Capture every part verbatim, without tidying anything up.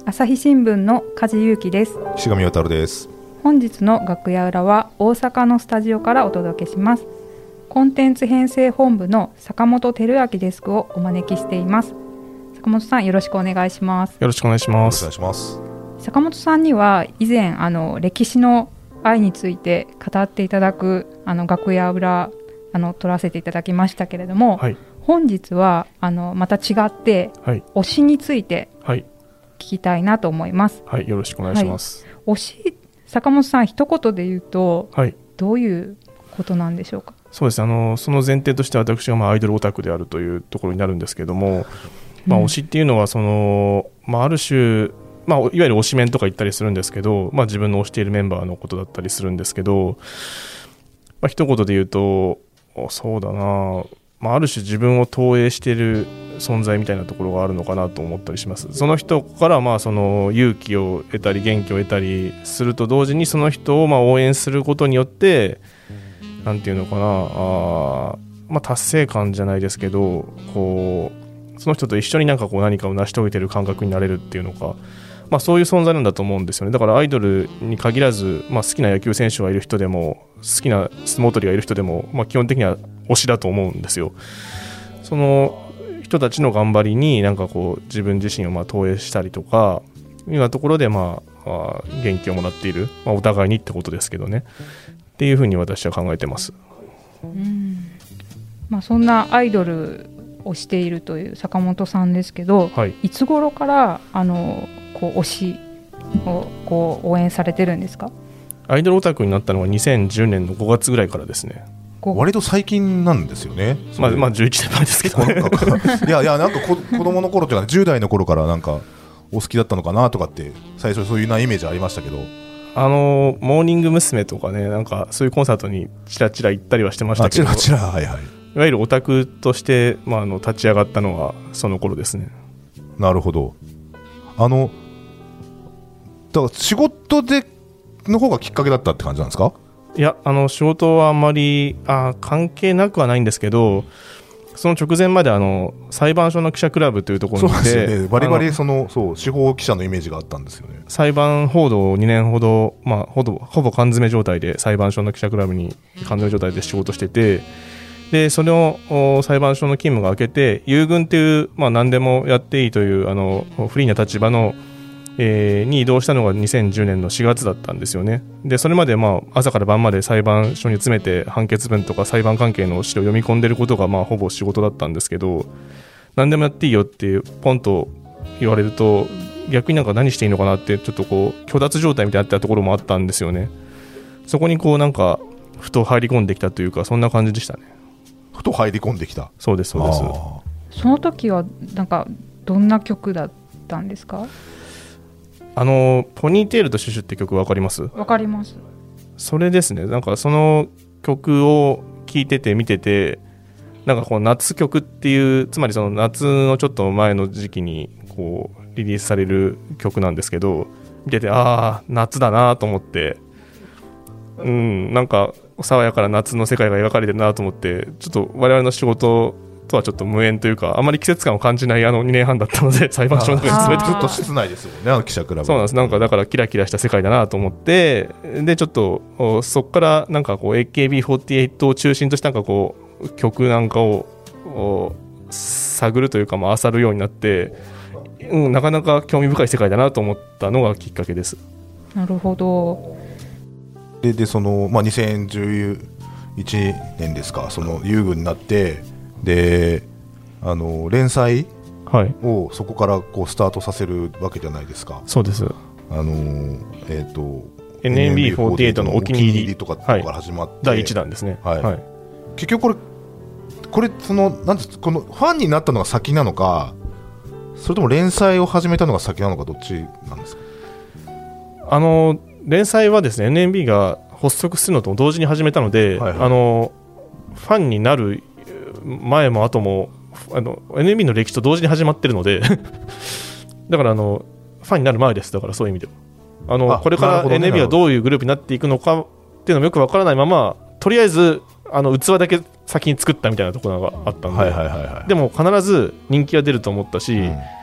朝日新聞の梶裕貴です。 岸上渉です。 本日の楽屋裏は大阪のスタジオからお届けします。コンテンツ編成本部の坂本照明デスクをお招きしています。坂本さん、よろしくお願いします。 よろしくお願いします。 お願いします。 坂本さんには以前あの歴史の愛について語っていただくあの楽屋裏あの撮らせていただきましたけれども、はい、本日はあのまた違って、はい、推しについて聞きたいなと思います。 はい、よろしくお願いします。 はい、推し、坂本さん一言で言うと、 はい、どういうことなんでしょうか。 そうです。あのその前提として私がまあアイドルオタクであるというところになるんですけども、まあ、推しっていうのはその、まあ、ある種、まあ、いわゆる推しメンとか言ったりするんですけど、まあ、自分の推しているメンバーのことだったりするんですけど、まあ、一言で言うとそうだな、まあ、ある種自分を投影している存在みたいなところがあるのかなと思ったりします。その人からまあその勇気を得たり元気を得たりすると同時に、その人をまあ応援することによってなんていうのかな、あ、まあ、達成感じゃないですけど、こうその人と一緒になんかこう何かを成し遂げている感覚になれるっていうのか、まあ、そういう存在なんだと思うんですよね。だからアイドルに限らず、まあ、好きな野球選手がいる人でも好きな相撲取りがいる人でも、まあ、基本的には推しだと思うんですよ。その人たちの頑張りになんかこう自分自身をまあ投影したりとかいうようなところでまあ元気をもらっている、まあ、お互いにってことですけどねっていうふうに私は考えてます。 うん、まあ、そんなアイドルをしているという坂本さんですけど、はい、いつ頃からあのこう推しをこう応援されてるんですか。 アイドルオタクになったのはにせんじゅうねんのごがつぐらいからですね。 割と最近なんですよね。 まあ、まあじゅういちねんまえですけどねいやいや、なんか子供の頃というかじゅう代の頃からなんかお好きだったのかなとかって最初そういうなイメージありましたけど、 あのモーニング娘。とかね、なんかそういうコンサートにチラチラ行ったりはしてましたけど、 あ、チラチラ、はいはい、 いわゆるオタクとして、まあ、あの立ち上がったのはその頃ですね。 なるほど。あのだから仕事での方がきっかけだったって感じなんですか。 いや、あの仕事はあんまりあ関係なくはないんですけど、その直前まであの裁判所の記者クラブというところにいて、 そうですよね、バリバリそのそう司法記者のイメージがあったんですよね。 裁判報道をにねんほど、まあ、ほぼ、ほぼ缶詰状態で裁判所の記者クラブに缶詰状態で仕事してて、でそれを裁判所の勤務が明けて遊軍という、まあ、何でもやっていいというあのフリーな立場の、えー、に移動したのがにせんじゅうねんのしがつだったんですよね。でそれまで、まあ、朝から晩まで裁判所に詰めて判決文とか裁判関係の資料を読み込んでることが、まあ、ほぼ仕事だったんですけど、何でもやっていいよってポンと言われると逆になんか何していいのかなってちょっとこう虚脱状態みたいになったところもあったんですよね。そこにこうなんかふと入り込んできたというか、そんな感じでしたね。 ふと入り込んできた。 そうですそうです。 その時はなんかどんな曲だったんですか。 あのポニーテールとシュシュって曲分かります？ 分かります。 それですね。なんかその曲を聴いてて見てて、なんかこう夏曲っていう、つまりその夏のちょっと前の時期にこうリリースされる曲なんですけど、見ててああ夏だなと思って、うん、なんか爽やかな夏の世界が描かれてるなと思って、ちょっと我々の仕事とはちょっと無縁というか、あまり季節感を感じないあのにねんはんだったので、裁判所の中に詰めてずっと室内ですよね、あの記者クラブ。 そうなんです。なんかだからキラキラした世界だなと思って、でちょっとそこからなんかこう エーケービーフォーティーエイト を中心としてなんかこう曲なんかを探るというか、まあ漁るようになって、うん、なかなか興味深い世界だなと思ったのがきっかけです。 なるほど。 で, でその、まあ、にせんじゅういちねんですか、その遊軍になって、であの連載をそこからこうスタートさせるわけじゃないですか。はい、 そうです。 あの、えー、とエヌエムビーフォーティーエイト のお気に入りとかから始まって、はい、 だいいちだんですね。はいはい、 結局これこれそのなんですこのファンになったのが先なのか、それとも連載を始めたのが先なのか、どっちなんですか。 あの連載はですね エヌエムビー が発足するのと同時に始めたので、はいはい、あのファンになる前も後もあの エヌエムビー の歴史と同時に始まってるのでだからあのファンになる前です。だからそういう意味ではあのあこれから エヌエムビー はどういうグループになっていくのかっていうのもよくわからないまま、とりあえずあの器だけ先に作ったみたいなところがあったんで、はいはいはいはい、でも必ず人気が出ると思ったし、うん、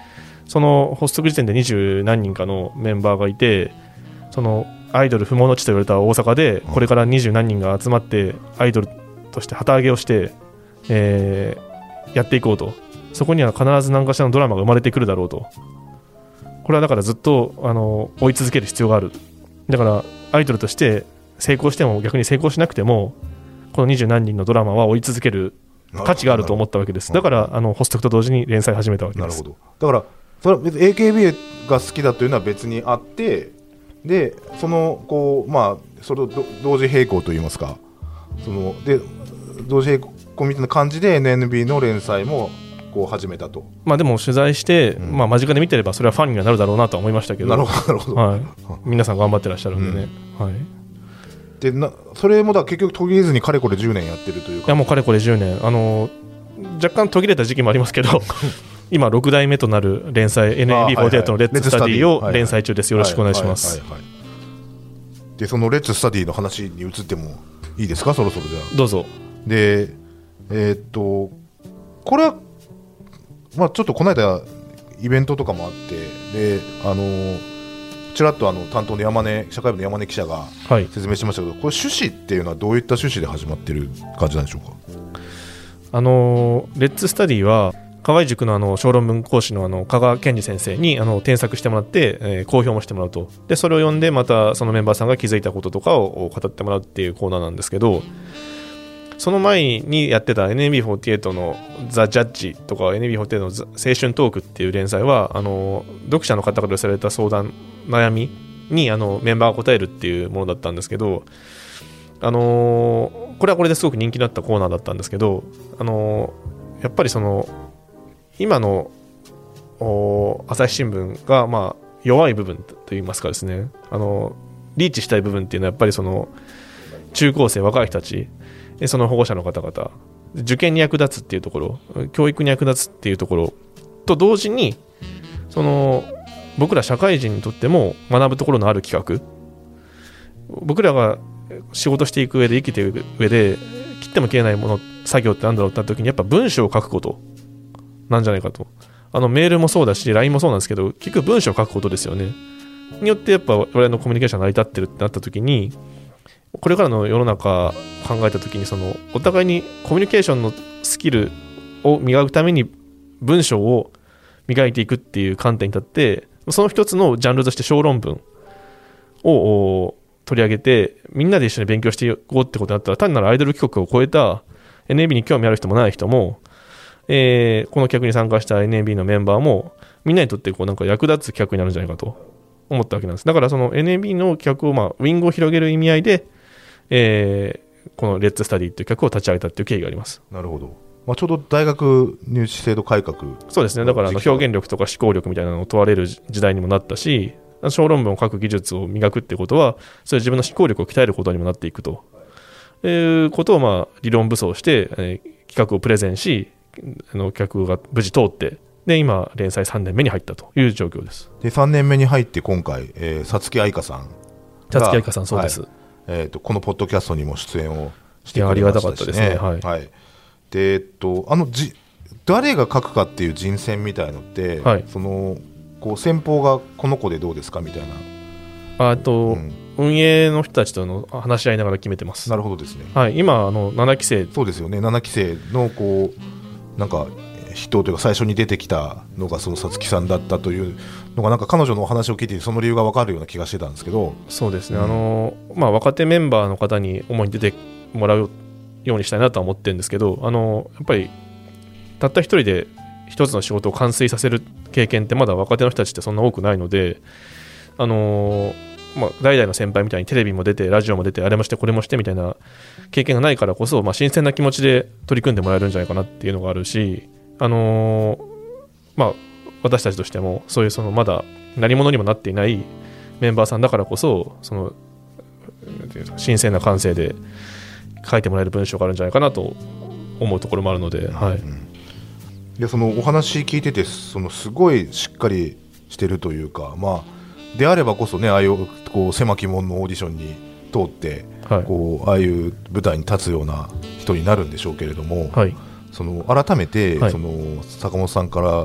その発足時点でにじゅう何人かのメンバーがいて、そのアイドル不毛の地と言われた大阪でこれからにじゅう何人が集まってアイドルとして旗揚げをして、えー、やっていこうと。そこには必ず何かしらのドラマが生まれてくるだろうと。これはだからずっとあの追い続ける必要がある。だからアイドルとして成功しても逆に成功しなくてもこのにじゅう何人のドラマは追い続ける価値があると思ったわけです。だからあの発足と同時に連載始めたわけです。 なるほど。だからそれは別に エーケービー が好きだというのは別にあって、でそのこうまあそれを同時並行といいますか、そので同時並行みたいな感じで エヌエヌビー の連載もこう始めたと。 まあでも取材して、うん、まあ間近で見てればそれはファンにはなるだろうなとは思いましたけど。 なるほどなるほど、 はい、皆さん頑張ってらっしゃるんでね、うん、はい。 でなそれもだ結局途切れずにかれこれじゅうねんやってるというか。 いやもうかれこれじゅうねん、あの若干途切れた時期もありますけど今ろくだいめとなる連載 エヌエービーフォーティーエイト のレッツスタディを連載中です。よろしくお願いします。 でそのレッツスタディの話に移ってもいいですか、そろそろ。じゃあどうぞ。 でえー、っとこれはまあ、ちょっとこの間イベントとかもあって、であのちらっとあの担当の山根社会部の山根記者が説明しましたけど、はい、これ趣旨っていうのはどういった趣旨で始まってる感じなんでしょうか。 あのレッツスタディは河合塾のあの小論文講師のあの加賀健二先生にあの添削してもらって、えー、公表もしてもらうと。でそれを読んでまたそのメンバーさんが気づいたこととかを語ってもらうっていうコーナーなんですけど、その前にやってた エヌエービーフォーティーエイト のザ・ジャッジとか エヌエービーフォーティーエイト の青春トークっていう連載はあの読者の方から寄せられた相談悩みにあのメンバーが答えるっていうものだったんですけど、あのー、これはこれですごく人気だったコーナーだったんですけど、あのー、やっぱりその今の朝日新聞がまあ弱い部分といいますかですね、あのー、リーチしたい部分っていうのはやっぱりその中高生若い人たち、その保護者の方々、受験に役立つっていうところ、教育に役立つっていうところと同時に、その僕ら社会人にとっても学ぶところのある企画、僕らが仕事していく上で生きていく上で切っても切れないもの作業ってなんだろうってなった時にやっぱ文章を書くことなんじゃないかと。あのメールもそうだし ライン もそうなんですけど、結局文章を書くことですよね。によってやっぱ我々のコミュニケーションが成り立ってるってなった時に、これからの世の中考えたときにそのお互いにコミュニケーションのスキルを磨くために文章を磨いていくっていう観点に立って、その一つのジャンルとして小論文を取り上げてみんなで一緒に勉強していこうってことになったら、単なるアイドル企画を超えた エヌエービー に興味ある人もない人も、えー、この企画に参加した エヌエービー のメンバーもみんなにとってこうなんか役立つ企画になるんじゃないかと思ったわけなんです。だからその エヌエービー の企画をまあウィングを広げる意味合いで、えー、このレッツスタディという企画を立ち上げたという経緯があります。 なるほど。まあ、ちょうど大学入試制度改革、 そうですね。だからあの表現力とか思考力みたいなのを問われる時代にもなったし、小論文を書く技術を磨くってことはそれ自分の思考力を鍛えることにもなっていくということをまあ理論武装して、えー、企画をプレゼンし、あの企画が無事通って、で今連載さんねんめに入ったという状況です。 でさんねんめに入って今回、えー、さつき愛香さんさつき愛香さんそうです、はい、 えー、とこのポッドキャストにも出演をしてくれましたし、ね、 ありがたかったですね、はいはい、でえっとあのじ誰が書くかっていう人選みたいのって、はい、そのこう先方がこの子でどうですかみたいな、 あと、うん、運営の人たちとの話し合いながら決めてます。 なるほどですね、 はい、今あのななき生、 そうですよね、ななき生のこうなんか人というか最初に出てきたのがそのさつきさんだったというのがなんか彼女のお話を聞いてその理由が分かるような気がしてたんですけど。 そうですね、うん、あのまあ、若手メンバーの方に主に出てもらうようにしたいなとは思ってるんですけど、あのやっぱりたった一人で一つの仕事を完遂させる経験ってまだ若手の人たちってそんな多くないので、あのまあ、代々の先輩みたいにテレビも出てラジオも出てあれもしてこれもしてみたいな経験がないからこそ、まあ、新鮮な気持ちで取り組んでもらえるんじゃないかなっていうのがあるし、あのーまあ、私たちとしてもそういうそのまだ何者にもなっていないメンバーさんだからこそ、その新鮮な感性で書いてもらえる文章があるんじゃないかなと思うところもあるので、はい、うん、 でそのお話聞いててそのすごいしっかりしてるというか、まあ、であればこそね、ああいうこう狭き門のオーディションに通って、はい、こうああいう舞台に立つような人になるんでしょうけれども、はい、その改めて、はい、その坂本さんから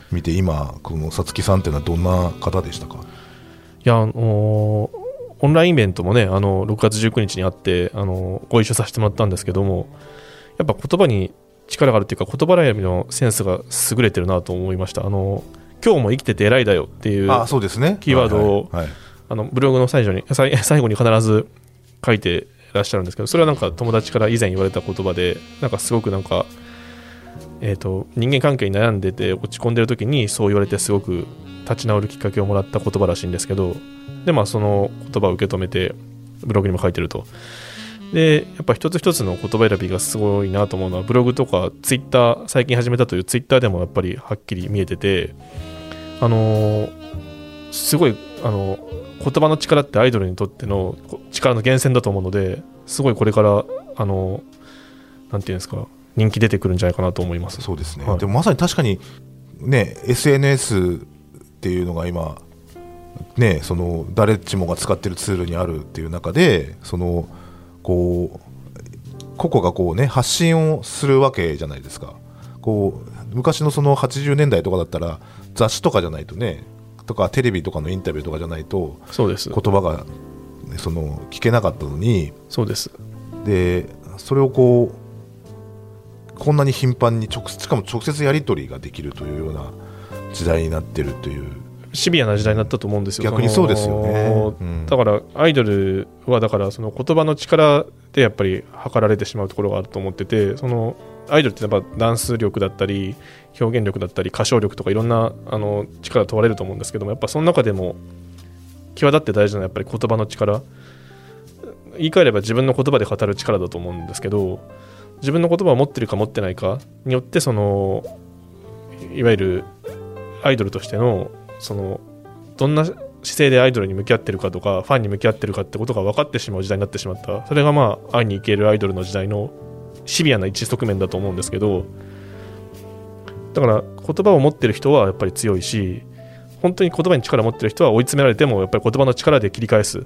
見て今このさつきさんっていうのはどんな方でしたか？ いや、あのー、オンラインイベントもね、あのろくがつじゅうくにちにあって、あのご一緒させてもらったんですけども、やっぱ言葉に力があるというか、言葉選びのセンスが優れてるなと思いました。あの今日も生きてて偉いだよっていうキーワードをあのブログの最初に最後に必ず書いてらっしゃるんですけど、それはなんか友達から以前言われた言葉で、なんかすごくなんか、えーと、人間関係に悩んでて落ち込んでる時にそう言われてすごく立ち直るきっかけをもらった言葉らしいんですけど、で、まあ、その言葉を受け止めてブログにも書いてると。でやっぱ一つ一つの言葉選びがすごいなと思うのは、ブログとかツイッター、最近始めたというツイッターでもやっぱりはっきり見えてて、あのー、すごい、あのー、言葉の力ってアイドルにとっての力の源泉だと思うので、すごいこれからあのー、なんていうんですか、人気出てくるんじゃないかなと思います。 そうですね、 はい、 でもまさに確かにね エスエヌエス っていうのが今ね、その誰っちもが使ってるツールにあるっていう中で、そのこう個々がこうね発信をするわけじゃないですか。こう昔のそのはちじゅうねんだいとかだったら雑誌とかじゃないとね、とかテレビとかのインタビューとかじゃないとそうです言葉がその聞けなかったのに、 そうです。 でそれをこうこんなに頻繁に直しかも直接やり取りができるというような時代になってるという、 シビアな時代になったと思うんですよ。 逆にそうですよね、 うん、だからアイドルはだからその言葉の力でやっぱり測られてしまうところがあると思ってて、そのアイドルってやっぱダンス力だったり表現力だったり歌唱力とかいろんなあの力問われると思うんですけども、やっぱその中でも際立って大事なのはやっぱり言葉の力、言い換えれば自分の言葉で語る力だと思うんですけど、自分の言葉を持ってるか持ってないかによってそのいわゆるアイドルとしてのそのどんな姿勢でアイドルに向き合ってるかとかファンに向き合ってるかってことが分かってしまう時代になってしまった。それがまあ会いに行けるアイドルの時代のシビアな一側面だと思うんですけど、だから言葉を持ってる人はやっぱり強いし、本当に言葉に力を持ってる人は追い詰められてもやっぱり言葉の力で切り返す、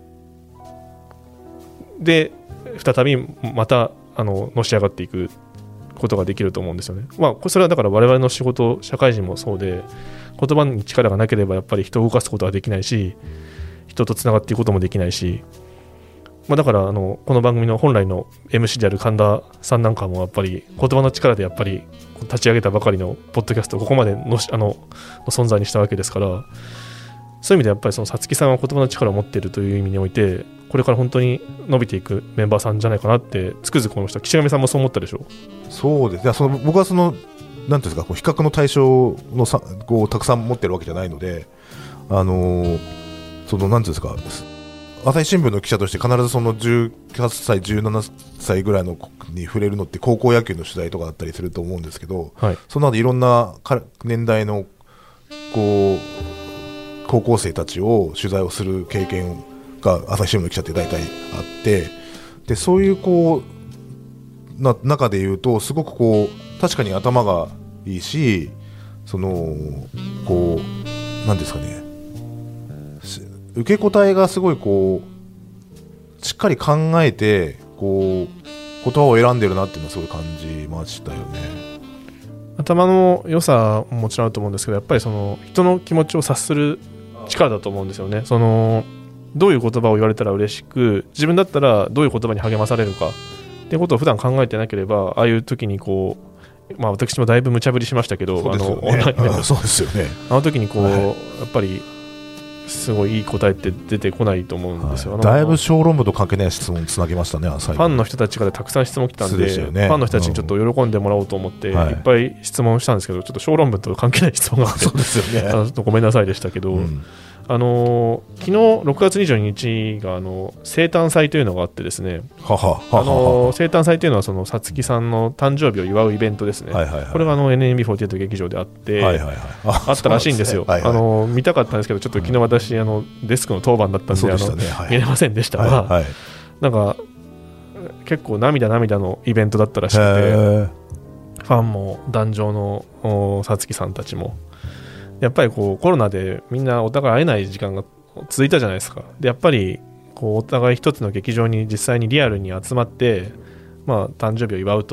で再びまたあののし上がっていくことができると思うんですよね。まあそれはだから我々の仕事、社会人もそうで、言葉に力がなければやっぱり人を動かすことはできないし、人とつながっていくこともできないし、まあ、だからあのこの番組の本来の エムシー である神田さんなんかもやっぱり言葉の力でやっぱり立ち上げたばかりのポッドキャストをここまで の, あの存在にしたわけですから、そういう意味でやっぱりそのさつきさんは言葉の力を持っているという意味において、これから本当に伸びていくメンバーさんじゃないかなってつくづく思いました。岸上さんもそう思ったでしょう？ そうです。いや、その僕はそのなんていうんですか、こう比較の対象のさこうたくさん持ってるわけじゃないので、あのー、そのなんていうんですか、朝日新聞の記者として必ずそのじゅうはっさいじゅうななさいぐらいのに触れるのって高校野球の取材とかだったりすると思うんですけど、はい、その後いろんな年代のこう高校生たちを取材をする経験が朝日新聞の記者って大体あって、でそういうこうな中でいうとすごくこう確かに頭がいいし、そのこうなんですかね、受け答えがすごいこうしっかり考えてこう言葉を選んでるなっていうのはすごい感じましたよね。 頭の良さももちろんあると思うんですけど、やっぱりその人の気持ちを察する力だと思うんですよね。そのどういう言葉を言われたら嬉しく、自分だったらどういう言葉に励まされるかっていうことを普段考えてなければ、ああいう時にこう、まあ、私もだいぶ無茶ぶりしましたけど、 そうですよね、あのそうですよね、 あの時にこう、はい、やっぱりすごいいい答えって出てこないと思うんですよ、 はい、だいぶ小論文と関係ない質問つなげましたね。ファンの人たちからたくさん質問来たん で, で、ね、ファンの人たちにちょっと喜んでもらおうと思って、うん、いっぱい質問したんですけど、ちょっと小論文と関係ない質問があってそうですよね、あのちょっとごめんなさいでしたけど、うん、あのー、昨日ろくがつにじゅうににちがあの生誕祭というのがあってですね、 ははははあのー、生誕祭というのはそのさつきさんの誕生日を祝うイベントですね、はいはいはい、これがあの エヌエヌビーフォーティーエイト 劇場であって、はいはいはい、あ, あったらしいんですよ。ですね、はいはい、あのー、見たかったんですけど、ちょっと昨日私あのデスクの当番だったん で, で、ね、あの、はい、見れませんでしたが、はいはい、なんか結構涙涙のイベントだったらしくて、ファンも壇上のさつきさんたちもやっぱりこうコロナでみんなお互い会えない時間が続いたじゃないですか。でやっぱりこうお互い一つの劇場に実際にリアルに集まって、まあ、誕生日を祝うと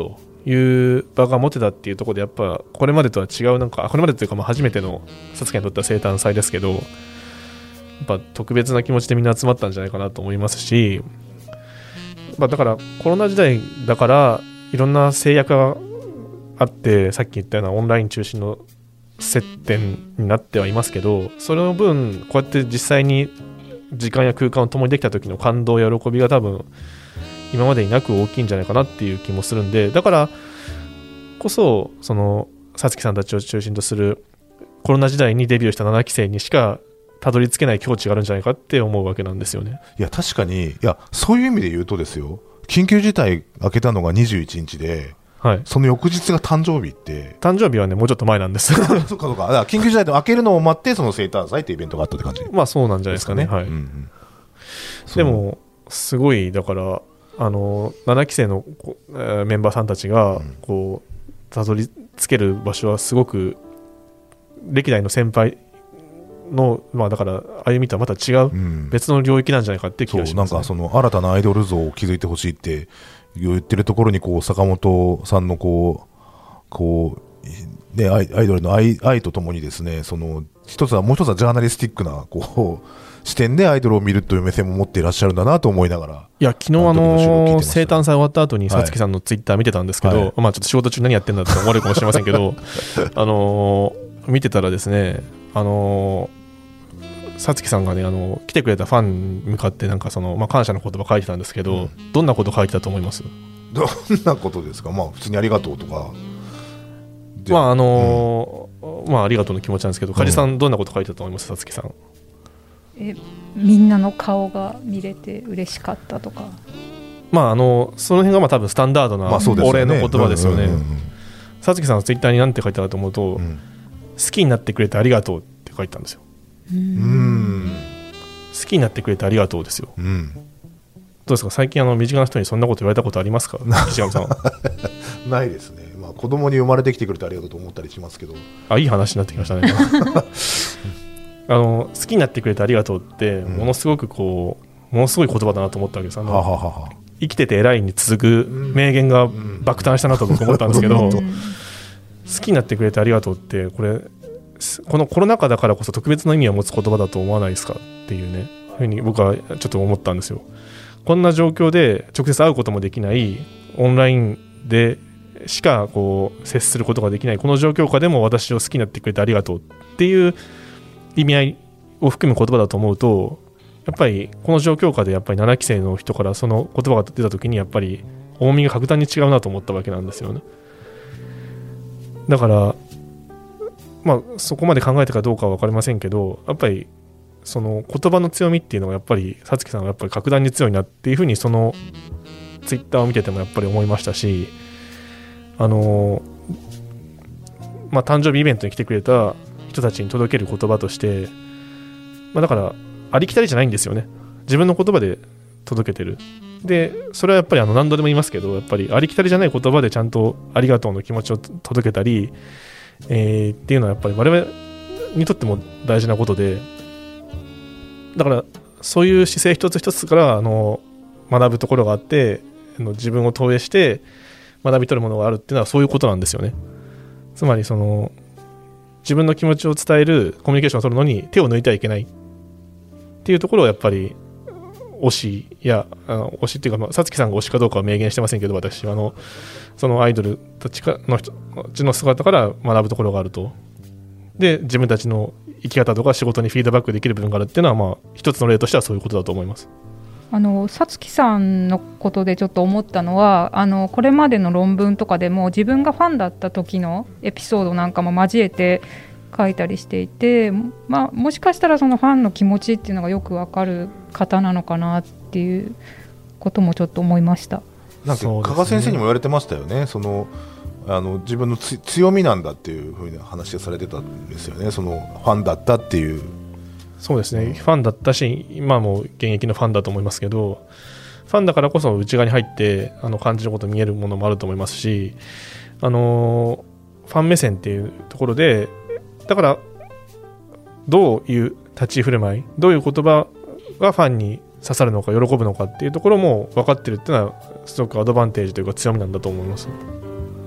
いう場が持てたっていうところで、やっぱこれまでとは違う、なんかこれまでというかまあ初めてのさつきにとっては生誕祭ですけど、やっぱ特別な気持ちでみんな集まったんじゃないかなと思いますし、まあ、だからコロナ時代だからいろんな制約があって、さっき言ったようなオンライン中心の接点になってはいますけど、その分こうやって実際に時間や空間を共にできた時の感動や喜びが多分今までになく大きいんじゃないかなっていう気もするんで、だからこそそのさつきさんたちを中心とするコロナ時代にデビューしたななきせいにしかたどり着けない境地があるんじゃないかって思うわけなんですよね。 いや確かに、いやそういう意味で言うとですよ、緊急事態明けたのがにじゅういちにちで、はい、その翌日が誕生日って、 誕生日はねもうちょっと前なんですそうかそうか、だから緊急事態で明けるのを待ってその生誕祭ってイベントがあったって感じ。 まあそうなんじゃないですかね。はい、うんうん、でもすごいだからあのななきせいのメンバーさんたちがこうたどり着ける場所はすごく歴代の先輩の、まあ、だから歩みとはまた違う別の領域なんじゃないかって気がします、ね、 そうなんかその新たなアイドル像を築いてほしいって言ってるところにこう坂本さんのこうこう、ね、アイドルの 愛, 愛とともにですね、その一つはもう一つはジャーナリスティックなこう視点でアイドルを見るという目線も持っていらっしゃるんだなと思いながら、 いや昨日あの生誕祭終わった後にさつきさんのツイッター見てたんですけど、はい、まあ、ちょっと仕事中何やってんだって思われるかもしれませんけどあの見てたらですね、あのさつきさんがね、あの来てくれたファンに向かってなんかその、まあ、感謝の言葉書いてたんですけど、うん、どんなこと書いてたと思います？ どんなことですか？まあ普通にありがとうとか、 まああのーうん、まあありがとうの気持ちなんですけど、梶さんどんなこと書いてたと思います？さつきさん。 えみんなの顔が見れて嬉しかったとか、 まああのその辺がまあ多分スタンダードなお礼の言葉ですよね。さつきさんのツイッターに何て書いてあると思うと、うん、好きになってくれてありがとうって書いてたんですよ。うーん、好きになってくれてありがとうですよ、うん、どうですか最近あの身近な人にそんなこと言われたことありますか？岸上さんはないですね、まあ、子供に生まれてきてくれてありがとうと思ったりしますけど、 あ、いい話になってきましたねあの好きになってくれてありがとうってものすごくこうものすごい言葉だなと思ったわけです。あのははは生きてて偉いに続く名言が爆誕したなと僕思ったんですけど、好きになってくれてありがとうってこれこのコロナ禍だからこそ特別な意味を持つ言葉だと思わないですかっていうね、ふうに僕はちょっと思ったんですよ。こんな状況で直接会うこともできないオンラインでしかこう接することができないこの状況下でも私を好きになってくれてありがとうっていう意味合いを含む言葉だと思うと、やっぱりこの状況下でやっぱりななきせいの人からその言葉が出た時にやっぱり重みが格段に違うなと思ったわけなんですよね。だからまあ、そこまで考えてかどうかは分かりませんけど、やっぱりその言葉の強みっていうのがやっぱりさつきさんはやっぱり格段に強いなっていうふうにそのツイッターを見ててもやっぱり思いましたし、あのまあ誕生日イベントに来てくれた人たちに届ける言葉として、まあ、だからありきたりじゃないんですよね。自分の言葉で届けてる。でそれはやっぱりあの何度でも言いますけど、やっぱりありきたりじゃない言葉でちゃんとありがとうの気持ちを届けたりえー、っていうのはやっぱり我々にとっても大事なことで、だからそういう姿勢一つ一つからあの学ぶところがあって、あの自分を投影して学び取るものがあるっていうのはそういうことなんですよね。つまりその自分の気持ちを伝えるコミュニケーションを取るのに手を抜いてはいけないっていうところをやっぱり推しやあの推しっていうか、まあ、さつきさんが推しかどうかは明言してませんけど、私はあのそのアイドルたちの人たちの姿から学ぶところがあると。で自分たちの生き方とか仕事にフィードバックできる部分があるっていうのは、まあ一つの例としてはそういうことだと思います。 あのさつきさんのことでちょっと思ったのは、あのこれまでの論文とかでも自分がファンだった時のエピソードなんかも交えて書いたりしていて、まあ、もしかしたらそのファンの気持ちっていうのがよくわかる方なのかなっていうこともちょっと思いました。 なんか加賀先生にも言われてましたよね。そのあの自分のつ強みなんだっていうふうな話をされてたんですよね。そのファンだったっていう。 そうですね、ファンだったし今も現役のファンだと思いますけど、ファンだからこそ内側に入ってあの感じること見えるものもあると思いますし、あのファン目線っていうところで、だからどういう立ち振る舞い、どういう言葉がファンに刺さるのか喜ぶのかっていうところも分かってるっていうのはすごくアドバンテージというか強みなんだと思います。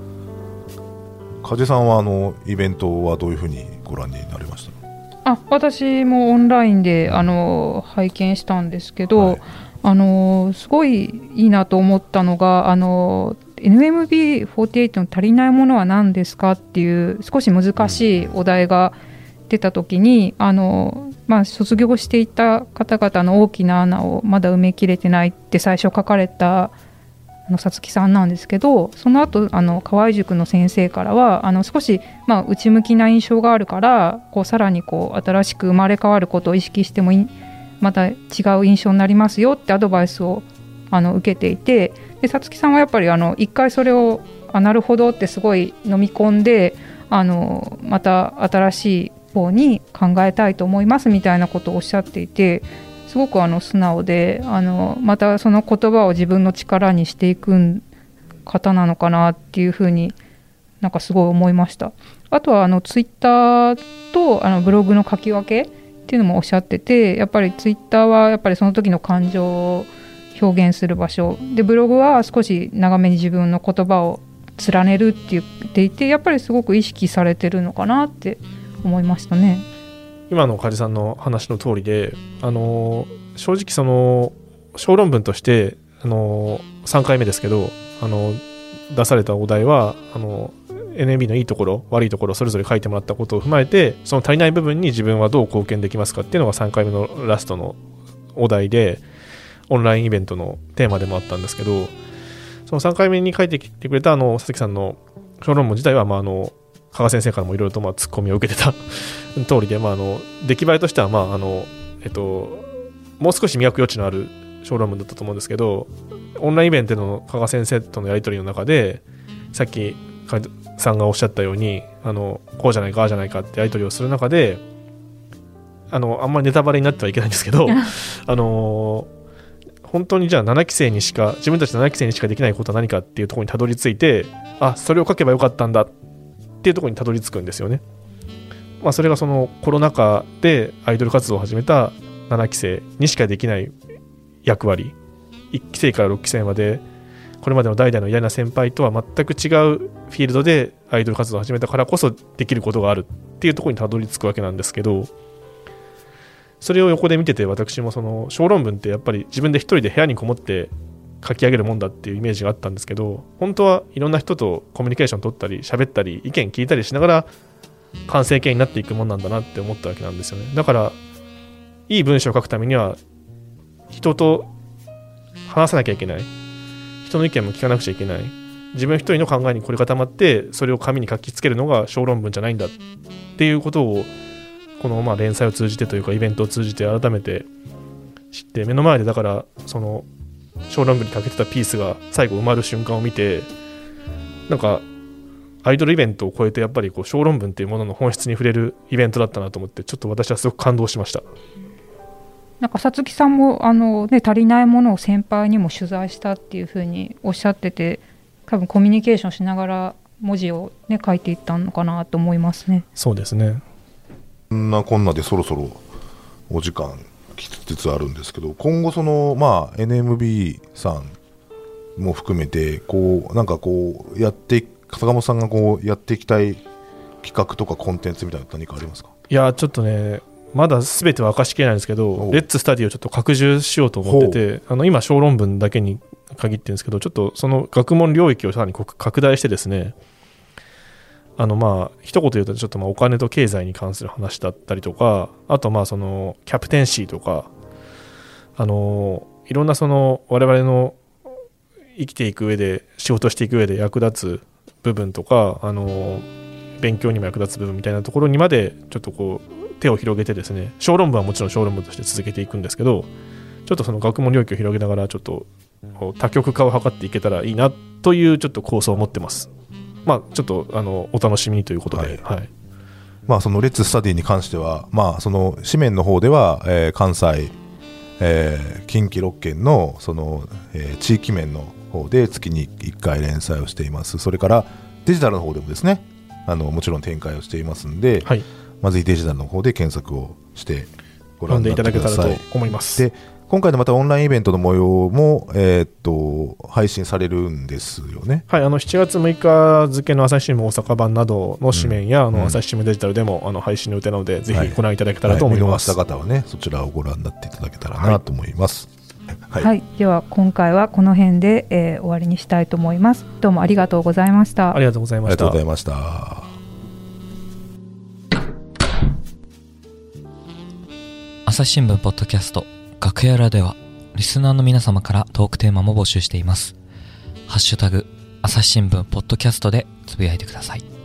梶さんはあのイベントはどういうふうにご覧になりました？ あ、私もオンラインであの拝見したんですけど、はい、あのすごいいいなと思ったのが、あの エヌエムビーフォーティエイト の足りないものは何ですかっていう少し難しいお題が出た時に、あの、まあ、卒業していた方々の大きな穴をまだ埋めきれてないって最初書かれたさつきさんなんですけど、その後あの河合塾の先生からはあの少し、まあ、内向きな印象があるからこうさらにこう新しく生まれ変わることを意識してもいまた違う印象になりますよってアドバイスをあの受けていて、でさつきさんはやっぱりあの一回それをあなるほどってすごい飲み込んで、あのまた新しい方に考えたいと思いますみたいなことをおっしゃっていて、すごくあの素直で、あのまたその言葉を自分の力にしていく方なのかなっていうふうになんかすごい思いました。あとはあのツイッターとあのブログの書き分けっていうのもおっしゃってて、やっぱりツイッターはやっぱりその時の感情を表現する場所で、ブログは少し長めに自分の言葉を連ねるって言っていて、やっぱりすごく意識されてるのかなって思いましたね。 今の梶さんの話の通りで、あの正直その小論文としてあのさんかいめですけど、あの出されたお題はあの エヌエムビー のいいところ悪いところそれぞれ書いてもらったことを踏まえて、その足りない部分に自分はどう貢献できますかっていうのがさんかいめのラストのお題で、オンラインイベントのテーマでもあったんですけど、そのさんかいめに書いてきてくれたあの佐々木さんの小論文自体は、まあ、あの加賀先生からもいろいろとまあツッコミを受けてた通りで、まあ、あの出来栄えとしては、まああのえっと、もう少し磨く余地のある小論文だったと思うんですけど、オンラインイベントの加賀先生とのやり取りの中でさっき加賀さんがおっしゃったように、あのこうじゃないかああじゃないかってやり取りをする中で、あのあんまりネタバレになってはいけないんですけどあの本当にじゃあななき生にしか自分たちななき生にしかできないことは何かっていうところにたどり着いて、あ、それを書けばよかったんだっていうところにたどり着くんですよね。まあ、それがそのコロナ禍でアイドル活動を始めたななき生にしかできない役割、いっき生からろっき生までこれまでの代々の嫌な先輩とは全く違うフィールドでアイドル活動を始めたからこそできることがあるっていうところにたどり着くわけなんですけど、それを横で見てて、私もその小論文ってやっぱり自分で一人で部屋にこもって書き上げるもんだっていうイメージがあったんですけど、本当はいろんな人とコミュニケーション取ったり喋ったり意見聞いたりしながら完成形になっていくもんなんだなって思ったわけなんですよね。だからいい文章を書くためには人と話さなきゃいけない、人の意見も聞かなくちゃいけない、自分一人の考えに凝り固まってそれを紙に書きつけるのが小論文じゃないんだっていうことを、このまあ連載を通じてというかイベントを通じて改めて知って、目の前でだからその小論文にかけてたピースが最後埋まる瞬間を見て、なんかアイドルイベントを超えてやっぱりこう小論文っていうものの本質に触れるイベントだったなと思って、ちょっと私はすごく感動しました。 なんかさつきさんもあの、ね、足りないものを先輩にも取材したっていうふうにおっしゃってて、多分コミュニケーションしながら文字を、ね、書いていったのかなと思いますね。 そうですね。 こんなこんなでそろそろお時間来つつあるんですけど、今後その、まあ、エヌエムビー さんも含めてこうなんかこうやって坂本さんがこうやっていきたい企画とかコンテンツみたいなの何かありますか？ いやちょっとね、まだ全ては明かしきれないんですけど、レッツスタディをちょっと拡充しようと思ってて、あの今小論文だけに限ってるんですけど、ちょっとその学問領域をさらに拡大してですね、あのまあ一言言うとちょっとまあお金と経済に関する話だったりとか、あとまあそのキャプテンシーとか、あのいろんなその我々の生きていく上で仕事していく上で役立つ部分とか、あの勉強にも役立つ部分みたいなところにまでちょっとこう手を広げてですね、小論文はもちろん小論文として続けていくんですけど、ちょっとその学問領域を広げながらちょっと多極化を図っていけたらいいなというちょっと構想を持ってます。まあちょっとあのお楽しみにということで、はいはい、 まあそのレッツスタディに関しては、まあその紙面の方では、えー、関西、えー、近畿ろっ県のその、えー、地域面の方で月にいっかい連載をしています。それからデジタルの方でもですね、あのもちろん展開をしていますんで、はい、まずデジタルの方で検索をしてご覧になってください。 読んでいただけたらと思います。 で今回のまたオンラインイベントの模様も、えー、っと配信されるんですよね。 はい、あのしちがつむいか付の朝日新聞大阪版などの紙面や、うん、あの朝日新聞デジタルでもあの配信の予定なので、ぜひご覧いただけたらと思います。 はいはい、見逃した方はね、そちらをご覧になっていただけたらなと思います。 はい、はい、では今回はこの辺で、えー、終わりにしたいと思います。どうもありがとうございました。 ありがとうございました。 ありがとうございました。 朝日新聞ポッドキャスト楽屋裏ではリスナーの皆様からトークテーマも募集しています。ハッシュタグ朝日新聞ポッドキャストでつぶやいてください。